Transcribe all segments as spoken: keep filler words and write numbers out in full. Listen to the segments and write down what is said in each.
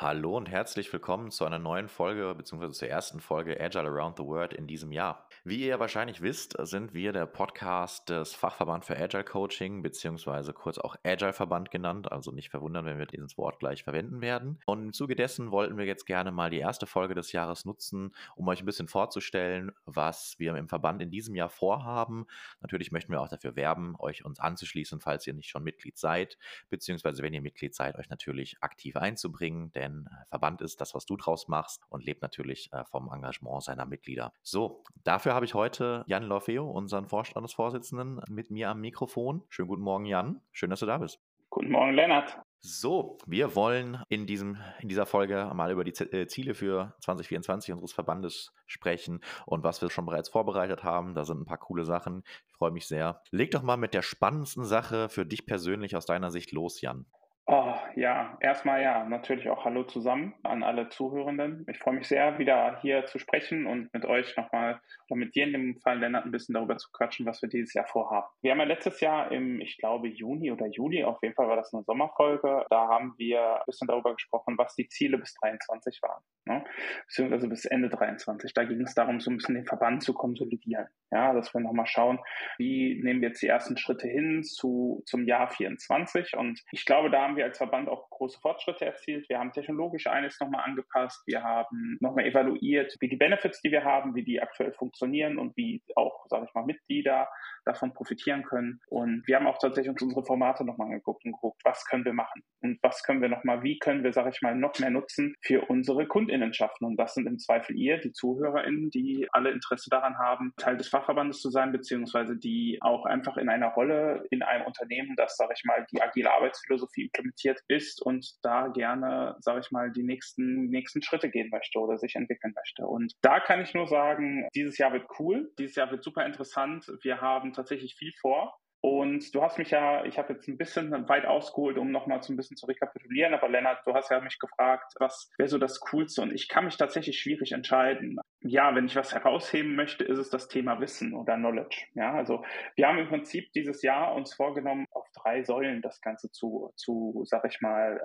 Hallo und herzlich willkommen zu einer neuen Folge bzw. zur ersten Folge Agile Around the World in diesem Jahr. Wie ihr ja wahrscheinlich wisst, sind wir der Podcast des Fachverband für Agile Coaching bzw. kurz auch Agile Verband genannt, also nicht verwundern, wenn wir dieses Wort gleich verwenden werden. Und im Zuge dessen wollten wir jetzt gerne mal die erste Folge des Jahres nutzen, um euch ein bisschen vorzustellen, was wir im Verband in diesem Jahr vorhaben. Natürlich möchten wir auch dafür werben, euch uns anzuschließen, falls ihr nicht schon Mitglied seid, beziehungsweise wenn ihr Mitglied seid, euch natürlich aktiv einzubringen, denn Verband ist das, was du draus machst und lebt natürlich äh, vom Engagement seiner Mitglieder. So, dafür habe ich heute Jan Lorfeo, unseren Vorstandsvorsitzenden, mit mir am Mikrofon. Schönen guten Morgen, Jan. Schön, dass du da bist. Guten Morgen, Lennart. So, wir wollen in, diesem, in dieser Folge mal über die Z- Ziele für zwanzig vierundzwanzig unseres Verbandes sprechen und was wir schon bereits vorbereitet haben. Da sind ein paar coole Sachen. Ich freue mich sehr. Leg doch mal mit der spannendsten Sache für dich persönlich aus deiner Sicht los, Jan. Oh, ja, erstmal ja, natürlich auch Hallo zusammen an alle Zuhörenden. Ich freue mich sehr, wieder hier zu sprechen und mit euch nochmal, oder mit dir in dem Fall, Lennart, ein bisschen darüber zu quatschen, was wir dieses Jahr vorhaben. Wir haben ja letztes Jahr im, ich glaube, Juni oder Juli, auf jeden Fall war das eine Sommerfolge, da haben wir ein bisschen darüber gesprochen, was die Ziele bis dreiundzwanzig waren, ne? Beziehungsweise bis Ende dreiundzwanzig. Da ging es darum, so ein bisschen den Verband zu konsolidieren, ja, dass wir nochmal schauen, wie nehmen wir jetzt die ersten Schritte hin zu, zum Jahr vierundzwanzig, und ich glaube, da haben wir als Verband auch große Fortschritte erzielt. Wir haben technologisch eines nochmal angepasst. Wir haben nochmal evaluiert, wie die Benefits, die wir haben, wie die aktuell funktionieren und wie auch, sage ich mal, Mitglieder davon profitieren können. Und wir haben auch tatsächlich uns unsere Formate nochmal angeguckt und geguckt, was können wir machen und was können wir nochmal, wie können wir, sage ich mal, noch mehr nutzen für unsere KundInnenschaften. Und das sind im Zweifel ihr, die ZuhörerInnen, die alle Interesse daran haben, Teil des Fachverbandes zu sein, beziehungsweise die auch einfach in einer Rolle in einem Unternehmen, das, sage ich mal, die agile Arbeitsphilosophie implementiert ist und da gerne, sage ich mal, die nächsten, nächsten Schritte gehen möchte oder sich entwickeln möchte. Und da kann ich nur sagen, dieses Jahr wird cool, dieses Jahr wird super interessant. Wir haben tatsächlich viel vor. Und du hast mich ja, ich habe jetzt ein bisschen weit ausgeholt, um nochmal so ein bisschen zu rekapitulieren, aber Lennart, du hast ja mich gefragt, was wäre so das Coolste, und ich kann mich tatsächlich schwierig entscheiden. Ja, wenn ich was herausheben möchte, ist es das Thema Wissen oder Knowledge. Ja, also wir haben im Prinzip dieses Jahr uns vorgenommen, auf drei Säulen das Ganze zu, zu, sag ich mal,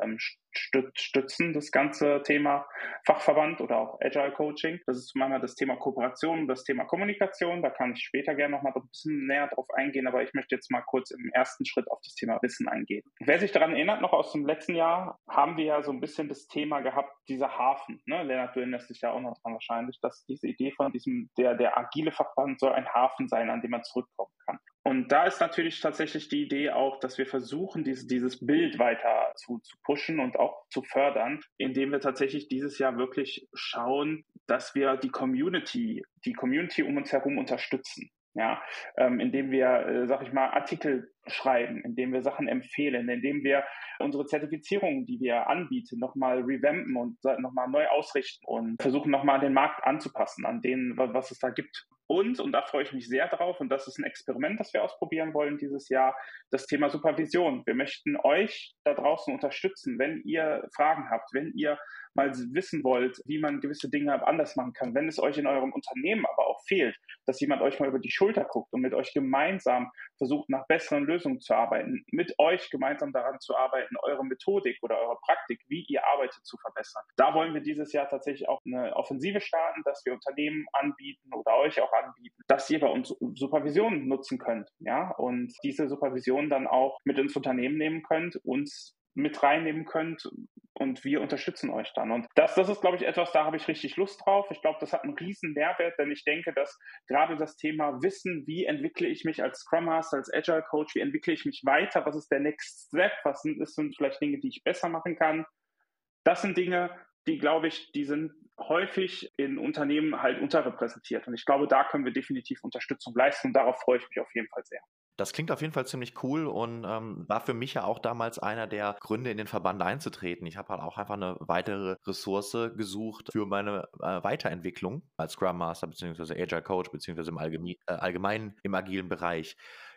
stützen, das ganze Thema Fachverband oder auch Agile Coaching. Das ist zum einen das Thema Kooperation und das Thema Kommunikation. Da kann ich später gerne nochmal ein bisschen näher drauf eingehen, aber ich möchte jetzt mal kurz im ersten Schritt auf das Thema Wissen eingehen. Wer sich daran erinnert, noch aus dem letzten Jahr, haben wir ja so ein bisschen das Thema gehabt, dieser Hafen. Ne? Lennart, du erinnerst dich ja auch noch dran wahrscheinlich, dass diese Idee von diesem, der, der agile Fachverband soll ein Hafen sein, an dem man zurückkommen kann. Und da ist natürlich tatsächlich die Idee auch, dass wir versuchen, diese, dieses Bild weiter zu, zu pushen und auch zu fördern, indem wir tatsächlich dieses Jahr wirklich schauen, dass wir die Community, die Community um uns herum unterstützen. Ja, ähm, indem wir, äh, sag ich mal, Artikel schreiben, indem wir Sachen empfehlen, indem wir unsere Zertifizierungen, die wir anbieten, nochmal revampen und nochmal neu ausrichten und versuchen nochmal den Markt anzupassen, an den, was es da gibt. Und, und da freue ich mich sehr drauf, und das ist ein Experiment, das wir ausprobieren wollen dieses Jahr, das Thema Supervision. Wir möchten euch da draußen unterstützen, wenn ihr Fragen habt, wenn ihr mal wissen wollt, wie man gewisse Dinge anders machen kann, wenn es euch in eurem Unternehmen aber auch fehlt, dass jemand euch mal über die Schulter guckt und mit euch gemeinsam versucht, nach besseren Lösungen zu arbeiten, mit euch gemeinsam daran zu arbeiten, eure Methodik oder eure Praktik, wie ihr arbeitet, zu verbessern. Da wollen wir dieses Jahr tatsächlich auch eine Offensive starten, dass wir Unternehmen anbieten oder euch auch anbieten, dass ihr bei uns Supervision nutzen könnt, ja, und diese Supervision dann auch mit ins Unternehmen nehmen könnt, uns mit reinnehmen könnt, und wir unterstützen euch dann. Und das, das ist, glaube ich, etwas, da habe ich richtig Lust drauf. Ich glaube, das hat einen riesen Mehrwert, denn ich denke, dass gerade das Thema Wissen, wie entwickle ich mich als Scrum Master, als Agile Coach, wie entwickle ich mich weiter, was ist der Next Step, was sind, das sind vielleicht Dinge, die ich besser machen kann. Das sind Dinge, die, glaube ich, die sind häufig in Unternehmen halt unterrepräsentiert. Und ich glaube, da können wir definitiv Unterstützung leisten, und darauf freue ich mich auf jeden Fall sehr. Das klingt auf jeden Fall ziemlich cool und ähm, war für mich ja auch damals einer der Gründe, in den Verband einzutreten. Ich habe halt auch einfach eine weitere Ressource gesucht für meine äh, Weiterentwicklung als Scrum Master bzw. Agile Coach bzw. im Allgeme- äh, allgemeinen im agilen Bereich.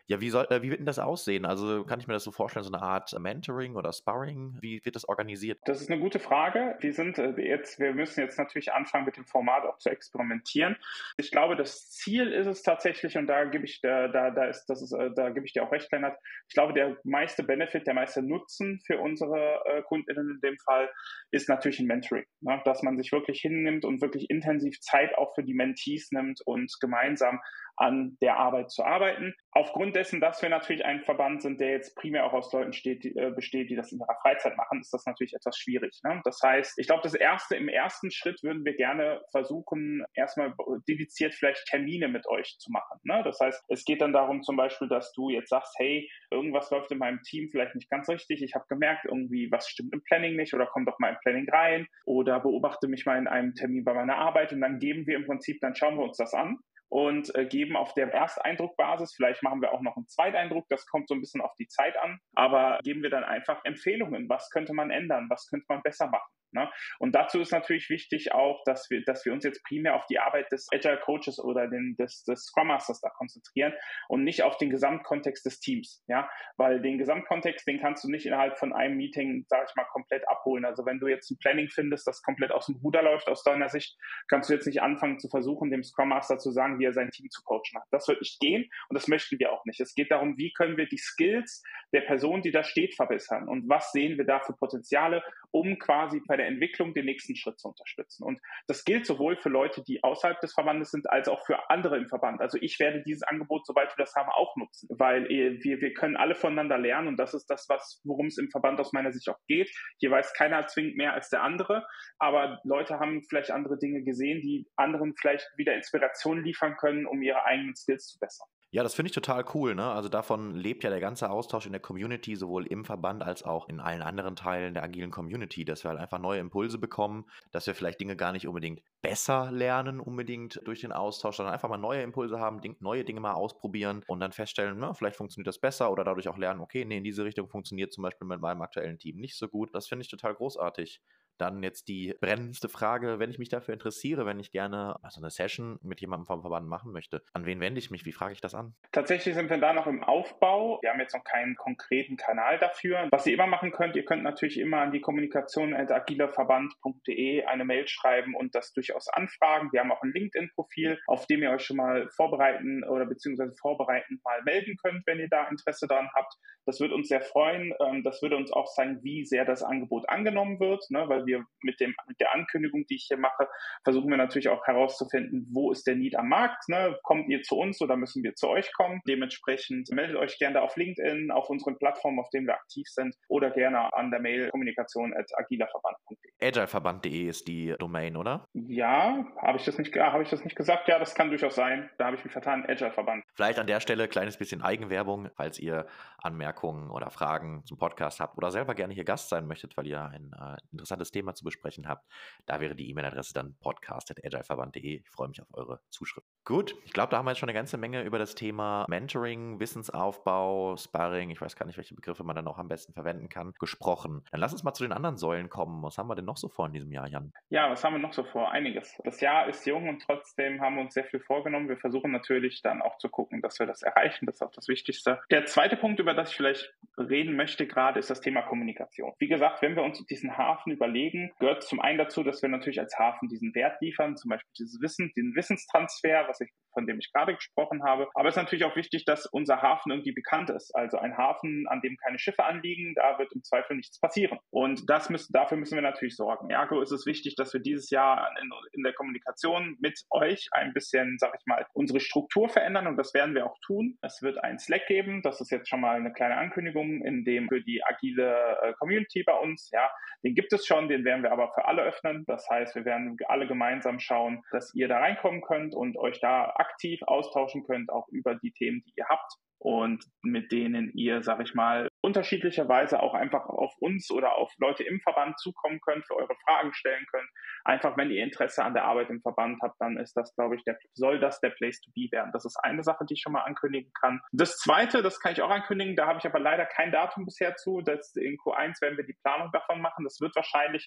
Ja, wie soll äh, wie wird denn das aussehen? Also, kann ich mir das so vorstellen, so eine Art Mentoring oder Sparring? Wie wird das organisiert? Das ist eine gute Frage. Wir sind äh, jetzt, wir müssen jetzt natürlich anfangen, mit dem Format auch zu experimentieren. Ich glaube, das Ziel ist es tatsächlich, und da gebe ich, da, da, da ist, das ist, äh, da gebe ich dir auch recht, Lennart. Ich glaube, der meiste Benefit, der meiste Nutzen für unsere äh, KundInnen in dem Fall ist natürlich ein Mentoring, ne? Dass man sich wirklich hinnimmt und wirklich intensiv Zeit auch für die Mentees nimmt und gemeinsam an der Arbeit zu arbeiten. Aufgrund dessen, dass wir natürlich ein Verband sind, der jetzt primär auch aus Leuten steht, die, äh, besteht, die das in ihrer Freizeit machen, ist das natürlich etwas schwierig. Ne? Das heißt, ich glaube, das erste, im ersten Schritt würden wir gerne versuchen, erstmal dediziert vielleicht Termine mit euch zu machen. Ne? Das heißt, es geht dann darum zum Beispiel, dass du jetzt sagst, hey, irgendwas läuft in meinem Team vielleicht nicht ganz richtig. Ich habe gemerkt, irgendwie was stimmt im Planning nicht oder komm doch mal im Planning rein oder beobachte mich mal in einem Termin bei meiner Arbeit und dann geben wir im Prinzip, dann schauen wir uns das an und äh, geben auf der Ersteindruckbasis, vielleicht machen wir auch noch einen Zweiteindruck, das kommt so ein bisschen auf die Zeit an, aber geben wir dann einfach Empfehlungen, was könnte man ändern, was könnte man besser machen. Ne? Und dazu ist natürlich wichtig auch, dass wir, dass wir uns jetzt primär auf die Arbeit des Agile Coaches oder den, des, des Scrum Masters da konzentrieren und nicht auf den Gesamtkontext des Teams. Ja? Weil den Gesamtkontext, den kannst du nicht innerhalb von einem Meeting, sage ich mal, komplett abholen. Also wenn du jetzt ein Planning findest, das komplett aus dem Ruder läuft aus deiner Sicht, kannst du jetzt nicht anfangen zu versuchen, dem Scrum Master zu sagen, wie er sein Team zu coachen hat. Das wird nicht gehen und das möchten wir auch nicht. Es geht darum, wie können wir die Skills der Person, die da steht, verbessern und was sehen wir da für Potenziale, um quasi bei der Entwicklung den nächsten Schritt zu unterstützen. Und das gilt sowohl für Leute, die außerhalb des Verbandes sind, als auch für andere im Verband. Also ich werde dieses Angebot, sobald wir das haben, auch nutzen, weil wir, wir können alle voneinander lernen und das ist das, was, worum es im Verband aus meiner Sicht auch geht. Hier weiß keiner zwingend mehr als der andere, aber Leute haben vielleicht andere Dinge gesehen, die anderen vielleicht wieder Inspiration liefern können, um ihre eigenen Skills zu bessern. Ja, das finde ich total cool, ne? Also davon lebt ja der ganze Austausch in der Community, sowohl im Verband als auch in allen anderen Teilen der agilen Community, dass wir halt einfach neue Impulse bekommen, dass wir vielleicht Dinge gar nicht unbedingt besser lernen, unbedingt durch den Austausch, sondern einfach mal neue Impulse haben, Ding, neue Dinge mal ausprobieren und dann feststellen, na, vielleicht funktioniert das besser oder dadurch auch lernen, okay, nee, in diese Richtung funktioniert zum Beispiel mit meinem aktuellen Team nicht so gut. Das finde ich total großartig. Dann jetzt die brennendste Frage, wenn ich mich dafür interessiere, wenn ich gerne also eine Session mit jemandem vom Verband machen möchte. An wen wende ich mich? Wie frage ich das an? Tatsächlich sind wir da noch im Aufbau. Wir haben jetzt noch keinen konkreten Kanal dafür. Was ihr immer machen könnt, ihr könnt natürlich immer an die kommunikation at agilerverband punkt de eine Mail schreiben und das durchaus anfragen. Wir haben auch ein LinkedIn-Profil, auf dem ihr euch schon mal vorbereiten oder beziehungsweise vorbereitend mal melden könnt, wenn ihr da Interesse daran habt. Das würde uns sehr freuen. Das würde uns auch zeigen, wie sehr das Angebot angenommen wird, ne? Weil wir mit, dem, mit der Ankündigung, die ich hier mache, versuchen wir natürlich auch herauszufinden, wo ist der Need am Markt, ne? Kommt ihr zu uns oder müssen wir zu euch kommen? Dementsprechend meldet euch gerne auf LinkedIn, auf unseren Plattformen, auf denen wir aktiv sind oder gerne an der Mail kommunikation at agilerverband punkt de. agileverband punkt de ist die Domain, oder? Ja, habe ich das nicht, habe ich das nicht gesagt? Ja, das kann durchaus sein. Da habe ich mich vertan. Agileverband. Vielleicht an der Stelle ein kleines bisschen Eigenwerbung, falls ihr Anmerkungen oder Fragen zum Podcast habt oder selber gerne hier Gast sein möchtet, weil ihr ein äh, interessantes Thema zu besprechen habt. Da wäre die E-Mail-Adresse dann podcast at agileverband punkt de. Ich freue mich auf eure Zuschrift. Gut, ich glaube, da haben wir jetzt schon eine ganze Menge über das Thema Mentoring, Wissensaufbau, Sparring, ich weiß gar nicht, welche Begriffe man dann auch am besten verwenden kann, gesprochen. Dann lass uns mal zu den anderen Säulen kommen. Was haben wir denn noch so vor in diesem Jahr, Jan? Ja, was haben wir noch so vor? Einiges. Das Jahr ist jung und trotzdem haben wir uns sehr viel vorgenommen. Wir versuchen natürlich dann auch zu gucken, dass wir das erreichen. Das ist auch das Wichtigste. Der zweite Punkt, über das ich vielleicht reden möchte gerade, ist das Thema Kommunikation. Wie gesagt, wenn wir uns diesen Hafen überlegen, gehört zum einen dazu, dass wir natürlich als Hafen diesen Wert liefern, zum Beispiel dieses Wissen, den Wissenstransfer, was ich, von dem ich gerade gesprochen habe. Aber es ist natürlich auch wichtig, dass unser Hafen irgendwie bekannt ist. Also ein Hafen, an dem keine Schiffe anliegen, da wird im Zweifel nichts passieren. Und das müssen, dafür müssen wir natürlich sorgen. Ergo ist es wichtig, dass wir dieses Jahr in, in der Kommunikation mit euch ein bisschen, sag ich mal, unsere Struktur verändern und das werden wir auch tun. Es wird einen Slack geben, das ist jetzt schon mal eine kleine Ankündigung, in dem für die agile äh, Community bei uns, ja, den gibt es schon, den werden wir aber für alle öffnen. Das heißt, wir werden alle gemeinsam schauen, dass ihr da reinkommen könnt und euch da aktiv austauschen könnt, auch über die Themen, die ihr habt und mit denen ihr, sag ich mal, unterschiedlicherweise auch einfach auf uns oder auf Leute im Verband zukommen könnt, für eure Fragen stellen könnt. Einfach, wenn ihr Interesse an der Arbeit im Verband habt, dann ist das, glaube ich, der, soll das der Place to be werden. Das ist eine Sache, die ich schon mal ankündigen kann. Das Zweite, das kann ich auch ankündigen, da habe ich aber leider kein Datum bisher zu. Das in Q eins werden wir die Planung davon machen. Das wird wahrscheinlich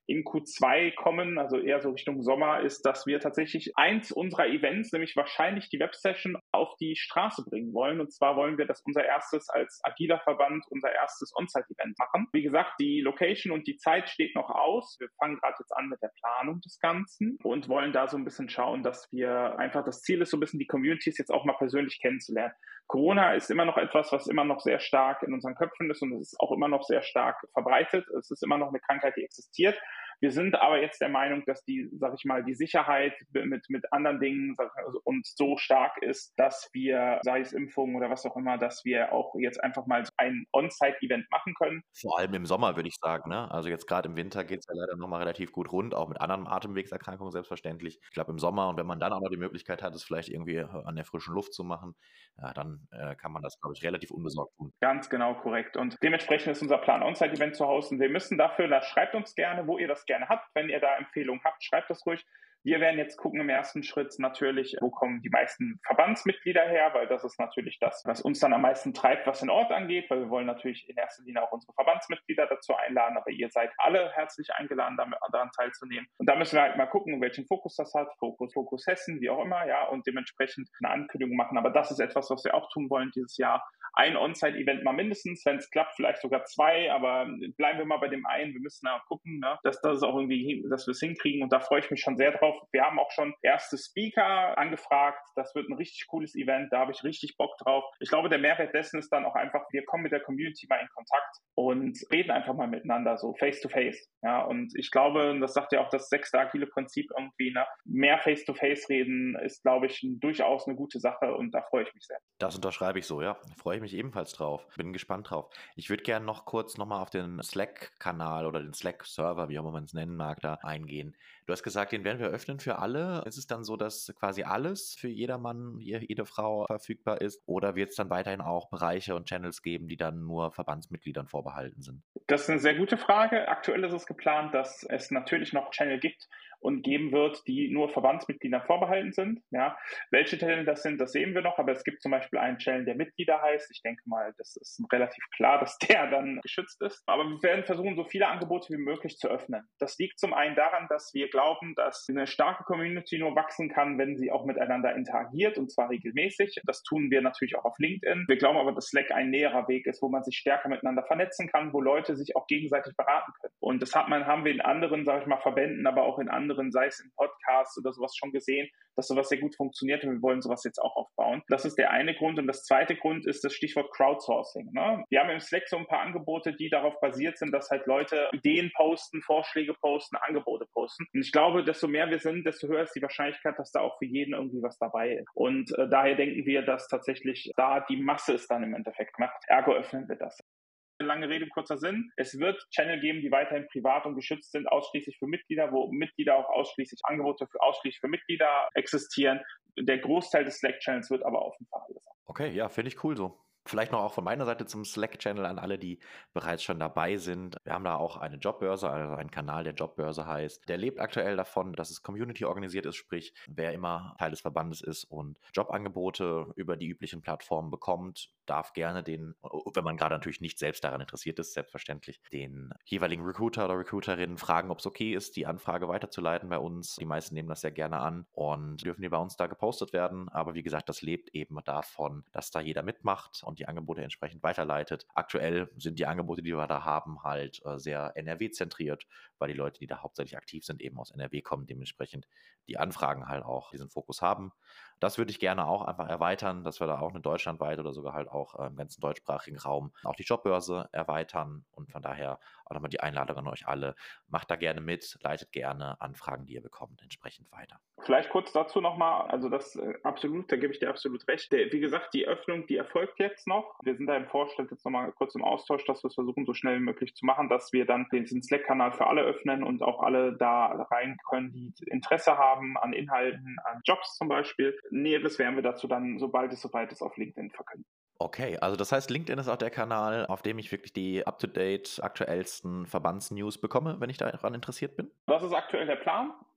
in Q zwei kommen, also eher so Richtung Sommer, ist, dass wir tatsächlich eins unserer Events, nämlich wahrscheinlich die Websession, auf die Straße bringen wollen. Und zwar wollen wir, dass unser erstes als agiler Verband unser erstes On-Site-Event machen. Wie gesagt, die Location und die Zeit steht noch aus. Wir fangen gerade jetzt an mit der Planung des Ganzen und wollen da so ein bisschen schauen, dass wir einfach, das Ziel ist so ein bisschen die Communities jetzt auch mal persönlich kennenzulernen. Corona ist immer noch etwas, was immer noch sehr stark in unseren Köpfen ist und es ist auch immer noch sehr stark verbreitet. Es ist immer noch eine Krankheit, die existiert. Wir sind aber jetzt der Meinung, dass die, sag ich mal, die Sicherheit mit, mit anderen Dingen und so stark ist, dass wir, sei es Impfungen oder was auch immer, dass wir auch jetzt einfach mal ein On-Site-Event machen können. Vor allem im Sommer, würde ich sagen, ne? Also jetzt gerade im Winter geht es ja leider nochmal relativ gut rund, auch mit anderen Atemwegserkrankungen selbstverständlich. Ich glaube im Sommer, und wenn man dann auch noch die Möglichkeit hat, es vielleicht irgendwie an der frischen Luft zu machen, ja, dann äh, kann man das, glaube ich, relativ unbesorgt tun. Ganz genau, korrekt. Und dementsprechend ist unser Plan, On-Site-Event zu hosten. Wir müssen dafür, da schreibt uns gerne, wo ihr das gerne habt. Wenn ihr da Empfehlungen habt, schreibt das ruhig. Wir werden jetzt gucken im ersten Schritt natürlich, wo kommen die meisten Verbandsmitglieder her, weil das ist natürlich das, was uns dann am meisten treibt, was den Ort angeht, weil wir wollen natürlich in erster Linie auch unsere Verbandsmitglieder dazu einladen, aber ihr seid alle herzlich eingeladen, daran teilzunehmen. Und da müssen wir halt mal gucken, welchen Fokus das hat, Fokus, Fokus Hessen, wie auch immer, ja, und dementsprechend eine Ankündigung machen. Aber das ist etwas, was wir auch tun wollen dieses Jahr. Ein On-Site-Event mal mindestens, wenn es klappt, vielleicht sogar zwei, aber bleiben wir mal bei dem einen. Wir müssen da gucken, ne, dass das auch irgendwie, dass wir es hinkriegen und da freue ich mich schon sehr drauf. Wir haben auch schon erste Speaker angefragt. Das wird ein richtig cooles Event, da habe ich richtig Bock drauf. Ich glaube, der Mehrwert dessen ist dann auch einfach, wir kommen mit der Community mal in Kontakt und reden einfach mal miteinander, so face to face. Ja, und ich glaube, das sagt ja auch das sechste agile Prinzip irgendwie, ne, mehr face to face reden ist, glaube ich, durchaus eine gute Sache und da freue ich mich sehr. Das unterschreibe ich so, ja. Da freue ich mich ebenfalls drauf. Bin gespannt drauf. Ich würde gerne noch kurz nochmal auf den Slack-Kanal oder den Slack-Server, wie auch immer man es nennen mag, da eingehen. Du hast gesagt, den werden wir öffnen für alle. Ist es dann so, dass quasi alles für jedermann, jede Frau verfügbar ist? Oder wird es dann weiterhin auch Bereiche und Channels geben, die dann nur Verbandsmitgliedern vorbehalten sind? Das ist eine sehr gute Frage. Aktuell ist es geplant, dass es natürlich noch Channel gibt und geben wird, die nur Verbandsmitgliedern vorbehalten sind. Ja, welche Channel das sind, das sehen wir noch, aber es gibt zum Beispiel einen Channel, der Mitglieder heißt. Ich denke mal, das ist relativ klar, dass der dann geschützt ist. Aber wir werden versuchen, so viele Angebote wie möglich zu öffnen. Das liegt zum einen daran, dass wir glauben, dass eine starke Community nur wachsen kann, wenn sie auch miteinander interagiert und zwar regelmäßig. Das tun wir natürlich auch auf LinkedIn. Wir glauben aber, dass Slack ein näherer Weg ist, wo man sich stärker miteinander vernetzen kann, wo Leute sich auch gegenseitig beraten können. Und das hat man, haben wir in anderen, sage ich mal, Verbänden, aber auch in anderen, sei es in Podcasts oder sowas schon gesehen, dass sowas sehr gut funktioniert und wir wollen sowas jetzt auch aufbauen. Das ist der eine Grund. Und das zweite Grund ist das Stichwort Crowdsourcing. Ne? Wir haben im Slack so ein paar Angebote, die darauf basiert sind, dass halt Leute Ideen posten, Vorschläge posten, Angebote posten. Und ich glaube, desto mehr wir sind, desto höher ist die Wahrscheinlichkeit, dass da auch für jeden irgendwie was dabei ist. Und äh, daher denken wir, dass tatsächlich da die Masse es dann im Endeffekt macht. Ergo öffnen wir das. Lange Rede, kurzer Sinn. Es wird Channel geben, die weiterhin privat und geschützt sind, ausschließlich für Mitglieder, wo Mitglieder auch ausschließlich Angebote für ausschließlich für Mitglieder existieren. Der Großteil des Slack-Channels wird aber offen für alle sein. Okay, ja, finde ich cool so. Vielleicht noch auch von meiner Seite zum Slack-Channel an alle, die bereits schon dabei sind. Wir haben da auch eine Jobbörse, also einen Kanal, der Jobbörse heißt. Der lebt aktuell davon, dass es Community organisiert ist, sprich, wer immer Teil des Verbandes ist und Jobangebote über die üblichen Plattformen bekommt, darf gerne den, wenn man gerade natürlich nicht selbst daran interessiert ist, selbstverständlich, den jeweiligen Recruiter oder Recruiterinnen fragen, ob es okay ist, die Anfrage weiterzuleiten bei uns. Die meisten nehmen das sehr gerne an und dürfen die bei uns da gepostet werden. Aber wie gesagt, das lebt eben davon, dass da jeder mitmacht und die Angebote entsprechend weiterleitet. Aktuell sind die Angebote, die wir da haben, halt äh, sehr N R W-zentriert, weil die Leute, die da hauptsächlich aktiv sind, eben aus N R W kommen, dementsprechend die Anfragen halt auch diesen Fokus haben. Das würde ich gerne auch einfach erweitern, dass wir da auch eine deutschlandweit oder sogar halt auch äh, im ganzen deutschsprachigen Raum auch die Jobbörse erweitern und von daher auch nochmal die Einladung an euch alle. Macht da gerne mit, leitet gerne Anfragen, die ihr bekommt, entsprechend weiter. Vielleicht kurz dazu nochmal, also das äh, absolut, da gebe ich dir absolut recht. Der, wie gesagt, die Öffnung, die erfolgt jetzt noch. Wir sind da im Vorstand jetzt nochmal kurz im Austausch, dass wir es versuchen, so schnell wie möglich zu machen, dass wir dann diesen Slack-Kanal für alle öffnen und auch alle da rein können, die Interesse haben an Inhalten, an Jobs zum Beispiel. Näheres werden wir dazu dann, sobald es soweit ist, auf LinkedIn verkünden. Okay, also das heißt, LinkedIn ist auch der Kanal, auf dem ich wirklich die up-to-date, aktuellsten Verbandsnews bekomme, wenn ich daran interessiert bin? Das ist aktuell der Plan.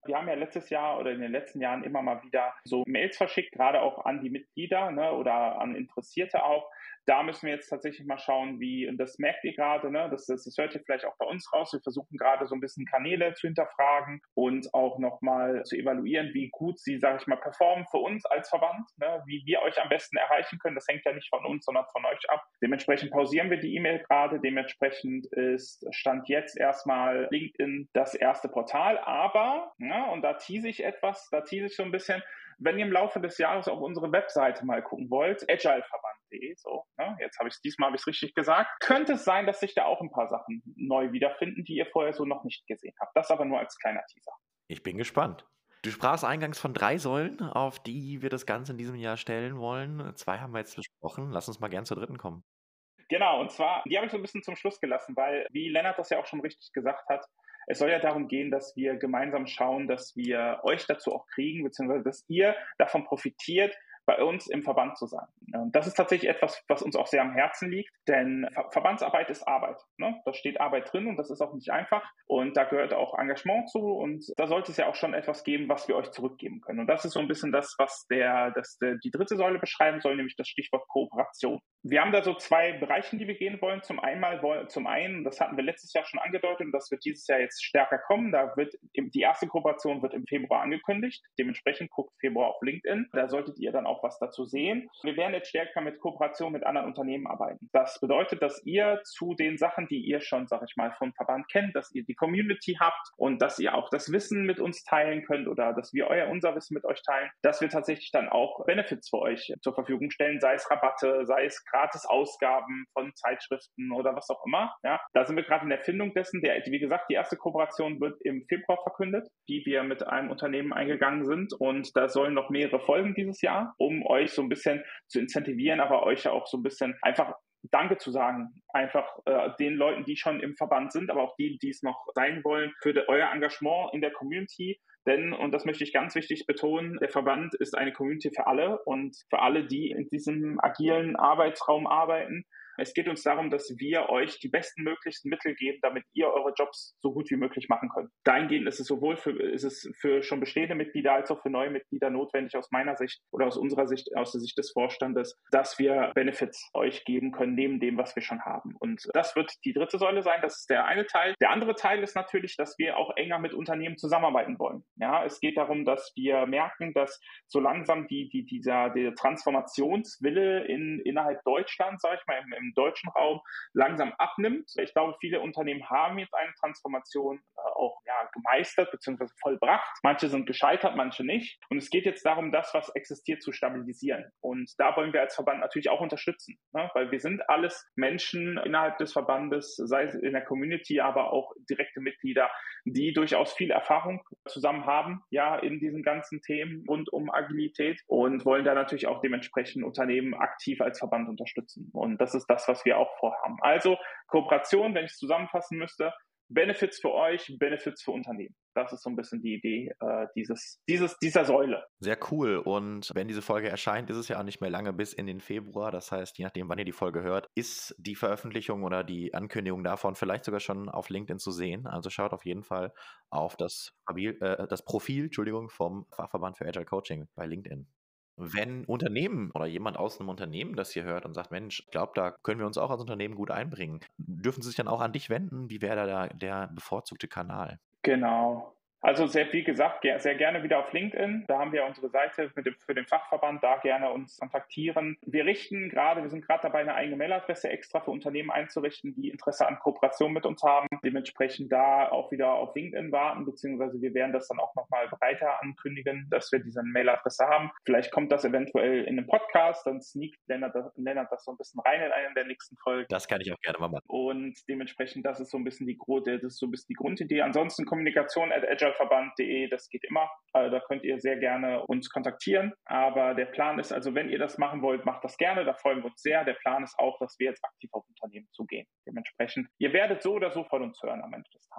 Wir haben ja letztes Jahr oder in den letzten Jahren immer mal wieder so Mails verschickt, gerade auch an die Mitglieder, ne, oder an Interessierte auch. Da müssen wir jetzt tatsächlich mal schauen, wie, und das merkt ihr gerade, ne, das, das, das hört ihr vielleicht auch bei uns raus. Wir versuchen gerade so ein bisschen Kanäle zu hinterfragen und auch nochmal zu evaluieren, wie gut sie, sage ich mal, performen für uns als Verband, ne, wie wir euch am besten erreichen können. Das hängt ja nicht von uns, sondern von euch ab. Dementsprechend pausieren wir die E-Mail gerade. Dementsprechend ist Stand jetzt erstmal LinkedIn das erste Portal. Aber, ja, und da tease ich etwas, da tease ich so ein bisschen, wenn ihr im Laufe des Jahres auf unsere Webseite mal gucken wollt, agileverband punkt de, so, ne, jetzt habe ich es diesmal habe ich es richtig gesagt, könnte es sein, dass sich da auch ein paar Sachen neu wiederfinden, die ihr vorher so noch nicht gesehen habt. Das aber nur als kleiner Teaser. Ich bin gespannt. Du sprachst eingangs von drei Säulen, auf die wir das Ganze in diesem Jahr stellen wollen. Zwei haben wir jetzt besprochen. Lass uns mal gern zur dritten kommen. Genau, und zwar, die habe ich so ein bisschen zum Schluss gelassen, weil, wie Lennart das ja auch schon richtig gesagt hat, es soll ja darum gehen, dass wir gemeinsam schauen, dass wir euch dazu auch kriegen, beziehungsweise dass ihr davon profitiert, bei uns im Verband zu sein. Das ist tatsächlich etwas, was uns auch sehr am Herzen liegt, denn Ver- Verbandsarbeit ist Arbeit. Ne? Da steht Arbeit drin und das ist auch nicht einfach und da gehört auch Engagement zu und da sollte es ja auch schon etwas geben, was wir euch zurückgeben können. Und das ist so ein bisschen das, was der, das, der, die dritte Säule beschreiben soll, nämlich das Stichwort Kooperation. Wir haben da so zwei Bereiche, in die wir gehen wollen. Zum einen, zum einen, das hatten wir letztes Jahr schon angedeutet und das wird dieses Jahr jetzt stärker kommen. Da wird die erste Kooperation wird im Februar angekündigt. Dementsprechend guckt Februar auf LinkedIn. Da solltet ihr dann auch was dazu sehen. Wir werden jetzt stärker mit Kooperation mit anderen Unternehmen arbeiten. Das bedeutet, dass ihr zu den Sachen, die ihr schon, sag ich mal, vom Verband kennt, dass ihr die Community habt und dass ihr auch das Wissen mit uns teilen könnt oder dass wir euer unser Wissen mit euch teilen, dass wir tatsächlich dann auch Benefits für euch zur Verfügung stellen, sei es Rabatte, sei es gratis Ausgaben von Zeitschriften oder was auch immer. Ja, da sind wir gerade in der Erfindung dessen. Der, wie gesagt, die erste Kooperation wird im Februar verkündet, die wir mit einem Unternehmen eingegangen sind und da sollen noch mehrere folgen dieses Jahr, um euch so ein bisschen zu incentivieren, aber euch auch so ein bisschen einfach Danke zu sagen, einfach äh, den Leuten, die schon im Verband sind, aber auch die, die es noch sein wollen, für de, euer Engagement in der Community. Denn, und das möchte ich ganz wichtig betonen, der Verband ist eine Community für alle und für alle, die in diesem agilen Arbeitsraum arbeiten. Es geht uns darum, dass wir euch die bestmöglichsten Mittel geben, damit ihr eure Jobs so gut wie möglich machen könnt. Dahingehend ist es sowohl für, ist es für schon bestehende Mitglieder als auch für neue Mitglieder notwendig aus meiner Sicht oder aus unserer Sicht, aus der Sicht des Vorstandes, dass wir Benefits euch geben können, neben dem, was wir schon haben. Und das wird die dritte Säule sein. Das ist der eine Teil. Der andere Teil ist natürlich, dass wir auch enger mit Unternehmen zusammenarbeiten wollen. Ja, es geht darum, dass wir merken, dass so langsam die, die, dieser, der Transformationswille in, innerhalb Deutschlands, sage ich mal, im, im deutschen Raum langsam abnimmt. Ich glaube, viele Unternehmen haben jetzt eine Transformation äh, auch ja, gemeistert bzw. vollbracht. Manche sind gescheitert, manche nicht. Und es geht jetzt darum, das, was existiert, zu stabilisieren. Und da wollen wir als Verband natürlich auch unterstützen, ne? Weil wir sind alles Menschen innerhalb des Verbandes, sei es in der Community, aber auch direkte Mitglieder, die durchaus viel Erfahrung zusammen haben, ja, in diesen ganzen Themen rund um Agilität und wollen da natürlich auch dementsprechend Unternehmen aktiv als Verband unterstützen. Und das ist das, was wir auch vorhaben. Also Kooperation, wenn ich es zusammenfassen müsste, Benefits für euch, Benefits für Unternehmen. Das ist so ein bisschen die Idee äh, dieses, dieses, dieser Säule. Sehr cool. Und wenn diese Folge erscheint, ist es ja auch nicht mehr lange bis in den Februar. Das heißt, je nachdem, wann ihr die Folge hört, ist die Veröffentlichung oder die Ankündigung davon vielleicht sogar schon auf LinkedIn zu sehen. Also schaut auf jeden Fall auf das, Profil, äh, das Profil Entschuldigung, vom Fachverband für Agile Coaching bei LinkedIn. Wenn Unternehmen oder jemand aus einem Unternehmen das hier hört und sagt, Mensch, ich glaube, da können wir uns auch als Unternehmen gut einbringen, dürfen sie sich dann auch an dich wenden? Wie wäre da der, der bevorzugte Kanal? Genau. Also sehr, wie gesagt, sehr gerne wieder auf LinkedIn. Da haben wir unsere Seite mit dem, für den Fachverband, da gerne uns kontaktieren. Wir richten gerade, wir sind gerade dabei, eine eigene Mailadresse extra für Unternehmen einzurichten, die Interesse an Kooperation mit uns haben. Dementsprechend da auch wieder auf LinkedIn warten, beziehungsweise wir werden das dann auch nochmal breiter ankündigen, dass wir diese Mailadresse haben. Vielleicht kommt das eventuell in einem Podcast, dann sneakt Lennart, Lennart das so ein bisschen rein in einer der nächsten Folgen. Das kann ich auch gerne mal machen. Und dementsprechend, das ist so ein bisschen die, das ist so ein bisschen die Grundidee. Ansonsten Kommunikation at agileverband punkt de, das geht immer. Also da könnt ihr sehr gerne uns kontaktieren. Aber der Plan ist also, wenn ihr das machen wollt, macht das gerne. Da freuen wir uns sehr. Der Plan ist auch, dass wir jetzt aktiv auf Unternehmen zugehen. Dementsprechend, ihr werdet so oder so von uns hören am Ende des Tages.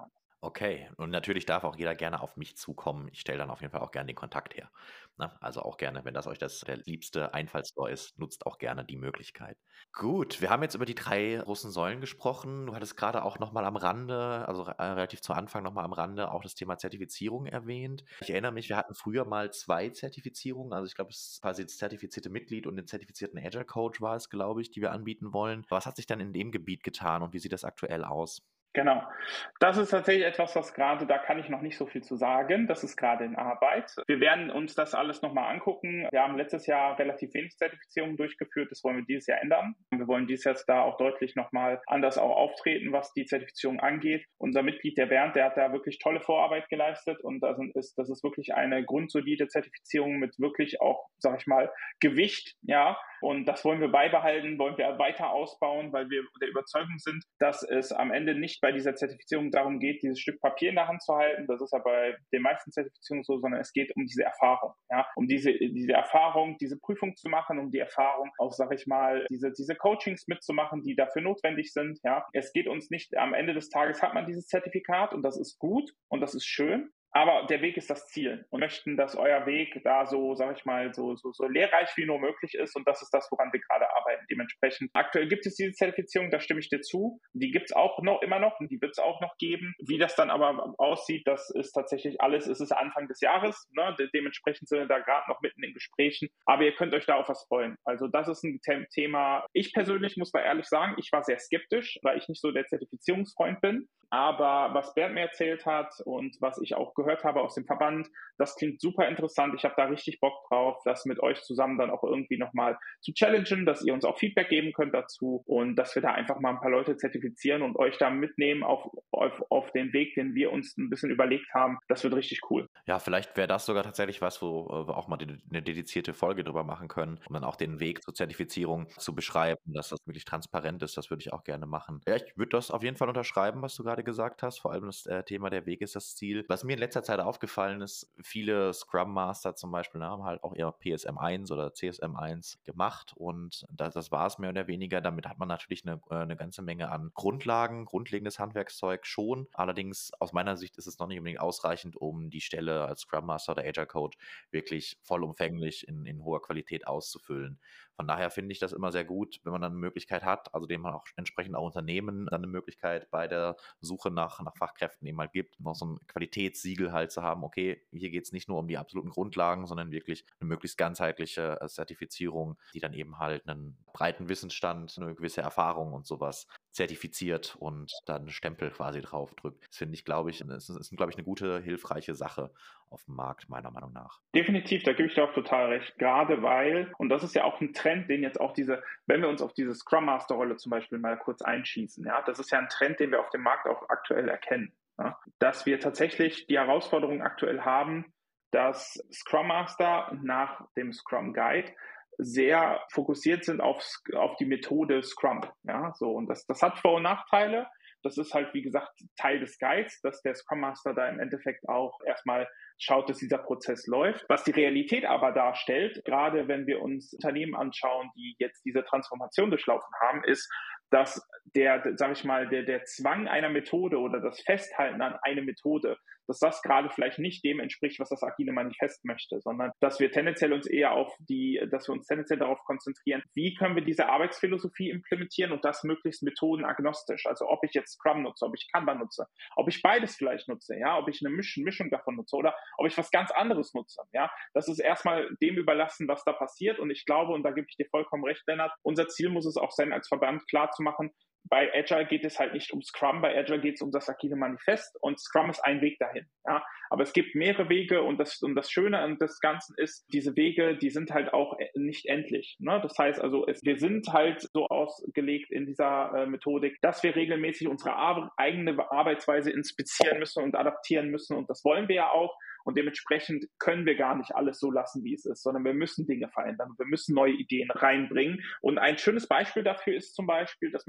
Okay, und natürlich darf auch jeder gerne auf mich zukommen. Ich stelle dann auf jeden Fall auch gerne den Kontakt her. Ne? Also auch gerne, wenn das euch das der liebste Einfallstor ist, nutzt auch gerne die Möglichkeit. Gut, wir haben jetzt über die drei großen Säulen gesprochen. Du hattest gerade auch noch mal am Rande, also äh, relativ zu Anfang noch mal am Rande auch das Thema Zertifizierung erwähnt. Ich erinnere mich, wir hatten früher mal zwei Zertifizierungen. Also ich glaube, es ist quasi das zertifizierte Mitglied und den zertifizierten Agile Coach war es, glaube ich, die wir anbieten wollen. Was hat sich dann in dem Gebiet getan und wie sieht das aktuell aus? Genau. Das ist tatsächlich etwas, was gerade, da kann ich noch nicht so viel zu sagen. Das ist gerade in Arbeit. Wir werden uns das alles nochmal angucken. Wir haben letztes Jahr relativ wenig Zertifizierungen durchgeführt. Das wollen wir dieses Jahr ändern. Wir wollen dieses Jahr da auch deutlich nochmal anders auch auftreten, was die Zertifizierung angeht. Unser Mitglied, der Bernd, der hat da wirklich tolle Vorarbeit geleistet und das ist, das ist wirklich eine grundsolide Zertifizierung mit wirklich auch, sag ich mal, Gewicht, ja. Und das wollen wir beibehalten, wollen wir weiter ausbauen, weil wir der Überzeugung sind, dass es am Ende nicht bei dieser Zertifizierung darum geht, dieses Stück Papier in der Hand zu halten. Das ist ja bei den meisten Zertifizierungen so, sondern es geht um diese Erfahrung, ja, um diese, diese Erfahrung, diese Prüfung zu machen, um die Erfahrung auch, sag ich mal, diese, diese Coachings mitzumachen, die dafür notwendig sind, ja. Es geht uns nicht, am Ende des Tages hat man dieses Zertifikat und das ist gut und das ist schön. Aber der Weg ist das Ziel und möchten, dass euer Weg da so, sag ich mal, so, so, so lehrreich wie nur möglich ist und das ist das, woran wir gerade arbeiten. Dementsprechend, aktuell gibt es diese Zertifizierung, da stimme ich dir zu. Die gibt es auch noch immer noch und die wird es auch noch geben. Wie das dann aber aussieht, das ist tatsächlich alles, es ist Anfang des Jahres, ne? De- dementsprechend sind wir da gerade noch mitten in Gesprächen, aber ihr könnt euch da auf was freuen. Also das ist ein The- Thema, ich persönlich muss da ehrlich sagen, ich war sehr skeptisch, weil ich nicht so der Zertifizierungsfreund bin. Aber was Bernd mir erzählt hat und was ich auch gehört habe aus dem Verband, das klingt super interessant. Ich habe da richtig Bock drauf, das mit euch zusammen dann auch irgendwie nochmal zu challengen, dass ihr uns auch Feedback geben könnt dazu und dass wir da einfach mal ein paar Leute zertifizieren und euch da mitnehmen auf, auf, auf den Weg, den wir uns ein bisschen überlegt haben. Das wird richtig cool. Ja, vielleicht wäre das sogar tatsächlich was, wo äh, wir auch mal de- eine dedizierte Folge drüber machen können, um dann auch den Weg zur Zertifizierung zu beschreiben, dass das wirklich transparent ist. Das würde ich auch gerne machen. Ja, ich würde das auf jeden Fall unterschreiben, was du gerade gesagt hast. Vor allem das äh, Thema der Weg ist das Ziel. Was mir in letzter Zeit aufgefallen ist, viele Scrum Master zum Beispiel ne, haben halt auch ihr P S M eins oder C S M eins gemacht und das, das war es mehr oder weniger. Damit hat man natürlich eine, äh, eine ganze Menge an Grundlagen, grundlegendes Handwerkszeug schon. Allerdings aus meiner Sicht ist es noch nicht unbedingt ausreichend, um die Stelle als Scrum Master oder Agile Coach wirklich vollumfänglich in, in hoher Qualität auszufüllen. Von daher finde ich das immer sehr gut, wenn man dann eine Möglichkeit hat, also dem man auch entsprechend auch Unternehmen dann eine Möglichkeit bei der Suche nach, nach Fachkräften eben halt gibt, noch so ein Qualitätssiegel halt zu haben, okay, hier geht es nicht nur um die absoluten Grundlagen, sondern wirklich eine möglichst ganzheitliche äh, Zertifizierung, die dann eben halt einen breiten Wissensstand, eine gewisse Erfahrung und sowas zertifiziert und dann einen Stempel quasi drauf drückt. Das finde ich, glaube ich, ist, ist, glaube ich, eine gute, hilfreiche Sache auf dem Markt, meiner Meinung nach. Definitiv, da gebe ich dir auch total recht. Gerade weil, und das ist ja auch ein Trend, den jetzt auch diese, wenn wir uns auf diese Scrum Master Rolle zum Beispiel mal kurz einschießen, ja, das ist ja ein Trend, den wir auf dem Markt auch aktuell erkennen, ja, dass wir tatsächlich die Herausforderung aktuell haben, dass Scrum Master nach dem Scrum Guide sehr fokussiert sind auf, auf die Methode Scrum, ja, so, und das, das hat Vor- und Nachteile. Das ist halt, wie gesagt, Teil des Guides, dass der Scrum Master da im Endeffekt auch erstmal schaut, dass dieser Prozess läuft. Was die Realität aber darstellt, gerade wenn wir uns Unternehmen anschauen, die jetzt diese Transformation durchlaufen haben, ist, dass der, sage ich mal, der, der Zwang einer Methode oder das Festhalten an eine Methode, dass das gerade vielleicht nicht dem entspricht, was das Agile Manifest möchte, sondern dass wir tendenziell uns eher auf die, dass wir uns tendenziell darauf konzentrieren, wie können wir diese Arbeitsphilosophie implementieren und das möglichst methodenagnostisch. Also ob ich jetzt Scrum nutze, ob ich Kanban nutze, ob ich beides vielleicht nutze, ja, ob ich eine Mischung, Mischung davon nutze oder ob ich was ganz anderes nutze, ja. Das ist erstmal dem überlassen, was da passiert und ich glaube, und da gebe ich dir vollkommen recht, Lennart, unser Ziel muss es auch sein, als Verband klar zu machen, bei Agile geht es halt nicht um Scrum, bei Agile geht es um das Agile Manifest und Scrum ist ein Weg dahin. Ja? Aber es gibt mehrere Wege und das, und das Schöne an des Ganzen ist, diese Wege, die sind halt auch nicht endlich. Ne? Das heißt also, es, wir sind halt so ausgelegt in dieser äh, Methodik, dass wir regelmäßig unsere Ar- eigene Arbeitsweise inspizieren müssen und adaptieren müssen und das wollen wir ja auch. Und dementsprechend können wir gar nicht alles so lassen, wie es ist, sondern wir müssen Dinge verändern. Wir müssen neue Ideen reinbringen. Und ein schönes Beispiel dafür ist zum Beispiel, das möchte ich vielleicht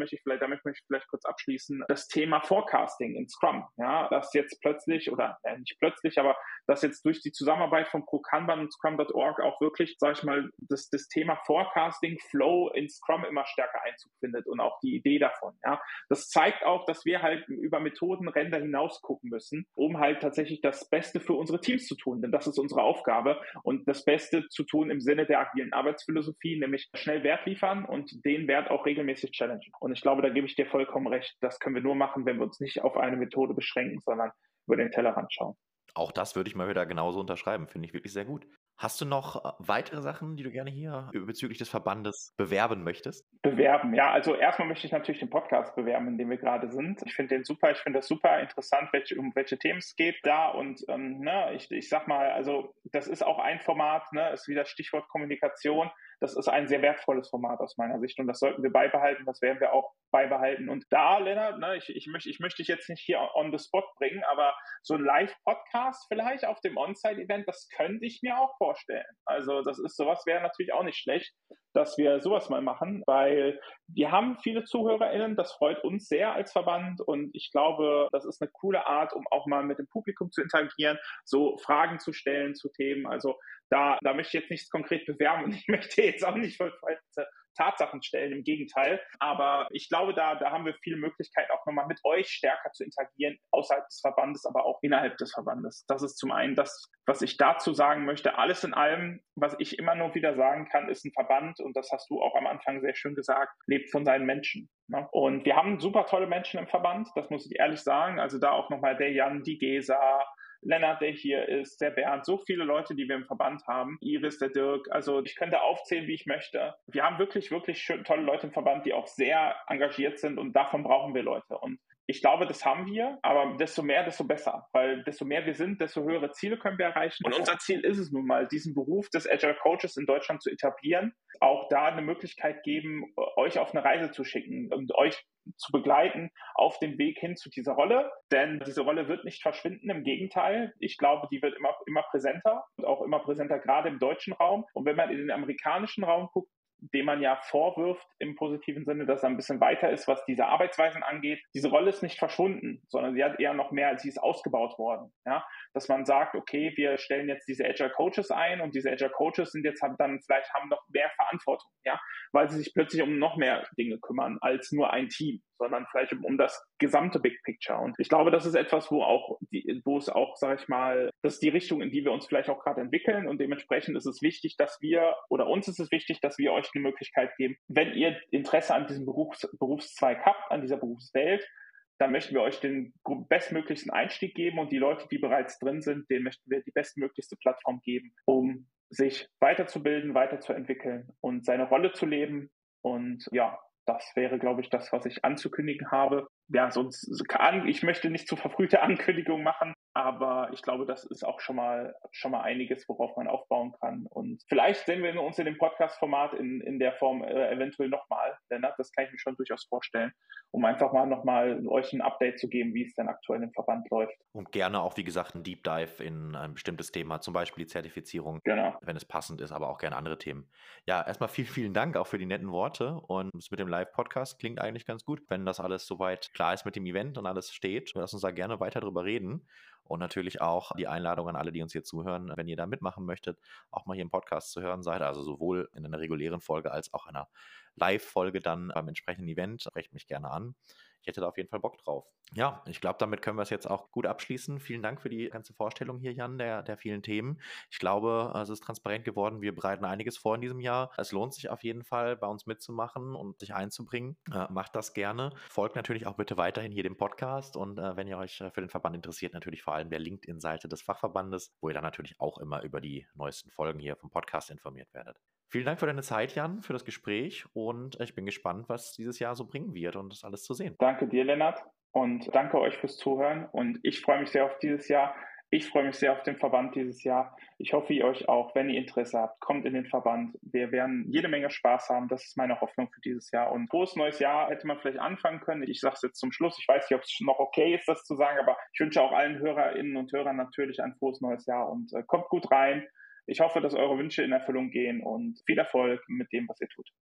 damit möchte ich vielleicht kurz abschließen, das Thema Forecasting in Scrum. Ja, das jetzt plötzlich, oder äh, nicht plötzlich, aber dass jetzt durch die Zusammenarbeit von ProKanban und Scrum Punkt org auch wirklich, sag ich mal, das, das Thema Forecasting, Flow in Scrum immer stärker Einzug findet und auch die Idee davon. Ja, das zeigt auch, dass wir halt über Methodenränder hinaus gucken müssen, um halt tatsächlich das Beste für unsere Teams zu tun. Denn das ist unsere Aufgabe und das Beste zu tun im Sinne der agilen Arbeitsphilosophie, nämlich schnell Wert liefern und den Wert auch regelmäßig challengen. Und ich glaube, da gebe ich dir vollkommen recht. Das können wir nur machen, wenn wir uns nicht auf eine Methode beschränken, sondern über den Tellerrand schauen. Auch das würde ich mal wieder genauso unterschreiben. Finde ich wirklich sehr gut. Hast du noch äh, weitere Sachen, die du gerne hier bezüglich des Verbandes bewerben möchtest? Bewerben, ja. Also erstmal möchte ich natürlich den Podcast bewerben, in dem wir gerade sind. Ich finde den super. Ich finde das super interessant, welche, um welche Themen es geht da. Und ähm, ne, ich, ich sag mal, also das ist auch ein Format, ne, ist wieder Stichwort Kommunikation. Das ist ein sehr wertvolles Format aus meiner Sicht und das sollten wir beibehalten, das werden wir auch beibehalten. Und da, Lennart, ne, ich, ich, möchte, ich möchte dich jetzt nicht hier on the spot bringen, aber so ein Live-Podcast vielleicht auf dem On-Site-Event, das könnte ich mir auch vorstellen. Also das ist sowas, wäre natürlich auch nicht schlecht, dass wir sowas mal machen, weil wir haben viele ZuhörerInnen, das freut uns sehr als Verband und ich glaube, das ist eine coole Art, um auch mal mit dem Publikum zu interagieren, so Fragen zu stellen zu Themen. Also da, da möchte ich jetzt nichts konkret bewerben und ich möchte jetzt auch nicht falsche Tatsachen stellen, im Gegenteil. Aber ich glaube, da, da haben wir viele Möglichkeiten, auch nochmal mit euch stärker zu interagieren, außerhalb des Verbandes, aber auch innerhalb des Verbandes. Das ist zum einen das, was ich dazu sagen möchte. Alles in allem, was ich immer nur wieder sagen kann, ist ein Verband, und das hast du auch am Anfang sehr schön gesagt, lebt von seinen Menschen. Ne? Und wir haben super tolle Menschen im Verband, das muss ich ehrlich sagen. Also da auch nochmal der Jan, die Gesa, Lennart, der hier ist, der Bernd, so viele Leute, die wir im Verband haben, Iris, der Dirk, also ich könnte aufzählen, wie ich möchte. Wir haben wirklich, wirklich schön, tolle Leute im Verband, die auch sehr engagiert sind und davon brauchen wir Leute. Und ich glaube, das haben wir, aber desto mehr, desto besser, weil desto mehr wir sind, desto höhere Ziele können wir erreichen. Und unser Ziel ist es nun mal, diesen Beruf des Agile Coaches in Deutschland zu etablieren, auch da eine Möglichkeit geben, euch auf eine Reise zu schicken und euch zu begleiten auf dem Weg hin zu dieser Rolle. Denn diese Rolle wird nicht verschwinden, im Gegenteil. Ich glaube, die wird immer, immer präsenter und auch immer präsenter, gerade im deutschen Raum. Und wenn man in den amerikanischen Raum guckt, dem man ja vorwirft im positiven Sinne, dass er ein bisschen weiter ist, was diese Arbeitsweisen angeht. Diese Rolle ist nicht verschwunden, sondern sie hat eher noch mehr, sie ist ausgebaut worden. Ja? Dass man sagt, okay, wir stellen jetzt diese Agile Coaches ein und diese Agile Coaches sind jetzt dann vielleicht haben noch mehr Verantwortung, ja, weil sie sich plötzlich um noch mehr Dinge kümmern als nur ein Team, sondern vielleicht um, um das gesamte Big Picture. Und ich glaube, das ist etwas, wo auch, die, wo es auch, sage ich mal, das ist die Richtung, in die wir uns vielleicht auch gerade entwickeln. Und dementsprechend ist es wichtig, dass wir, oder uns ist es wichtig, dass wir euch eine Möglichkeit geben, wenn ihr Interesse an diesem Berufs, Berufszweig habt, an dieser Berufswelt, dann möchten wir euch den bestmöglichsten Einstieg geben und die Leute, die bereits drin sind, denen möchten wir die bestmöglichste Plattform geben, um sich weiterzubilden, weiterzuentwickeln und seine Rolle zu leben. Und ja, das wäre, glaube ich, das, was ich anzukündigen habe. Ja, sonst kann, ich möchte nicht zu verfrühte Ankündigungen machen, aber ich glaube, das ist auch schon mal schon mal einiges, worauf man aufbauen kann. Und vielleicht sehen wir uns in dem Podcast-Format in, in der Form äh, eventuell nochmal, Lennart, das kann ich mir schon durchaus vorstellen, um einfach mal nochmal euch ein Update zu geben, wie es denn aktuell im Verband läuft. Und gerne auch, wie gesagt, ein Deep Dive in ein bestimmtes Thema, zum Beispiel die Zertifizierung, genau, wenn es passend ist, aber auch gerne andere Themen. Ja, erstmal vielen, vielen Dank auch für die netten Worte und es mit dem Live-Podcast klingt eigentlich ganz gut, wenn das alles soweit klar ist mit dem Event und alles steht. Lass uns da gerne weiter drüber reden. Und natürlich auch die Einladung an alle, die uns hier zuhören, wenn ihr da mitmachen möchtet, auch mal hier im Podcast zu hören seid, also sowohl in einer regulären Folge als auch einer Live-Folge dann beim entsprechenden Event. Sprecht mich gerne an. Ich hätte da auf jeden Fall Bock drauf. Ja, ich glaube, damit können wir es jetzt auch gut abschließen. Vielen Dank für die ganze Vorstellung hier, Jan, der, der vielen Themen. Ich glaube, es ist transparent geworden. Wir bereiten einiges vor in diesem Jahr. Es lohnt sich auf jeden Fall, bei uns mitzumachen und sich einzubringen. Äh, macht das gerne. Folgt natürlich auch bitte weiterhin hier dem Podcast und äh, wenn ihr euch für den Verband interessiert, natürlich vor allem der LinkedIn-Seite des Fachverbandes, wo ihr dann natürlich auch immer über die neuesten Folgen hier vom Podcast informiert werdet. Vielen Dank für deine Zeit, Jan, für das Gespräch und ich bin gespannt, was dieses Jahr so bringen wird und das alles zu sehen. Danke dir, Lennart, und danke euch fürs Zuhören und ich freue mich sehr auf dieses Jahr. Ich freue mich sehr auf den Verband dieses Jahr. Ich hoffe, ihr euch auch, wenn ihr Interesse habt, kommt in den Verband. Wir werden jede Menge Spaß haben. Das ist meine Hoffnung für dieses Jahr. Und frohes neues Jahr hätte man vielleicht anfangen können. Ich sage es jetzt zum Schluss. Ich weiß nicht, ob es noch okay ist, das zu sagen, aber ich wünsche auch allen Hörerinnen und Hörern natürlich ein frohes neues Jahr und äh, kommt gut rein. Ich hoffe, dass eure Wünsche in Erfüllung gehen und viel Erfolg mit dem, was ihr tut.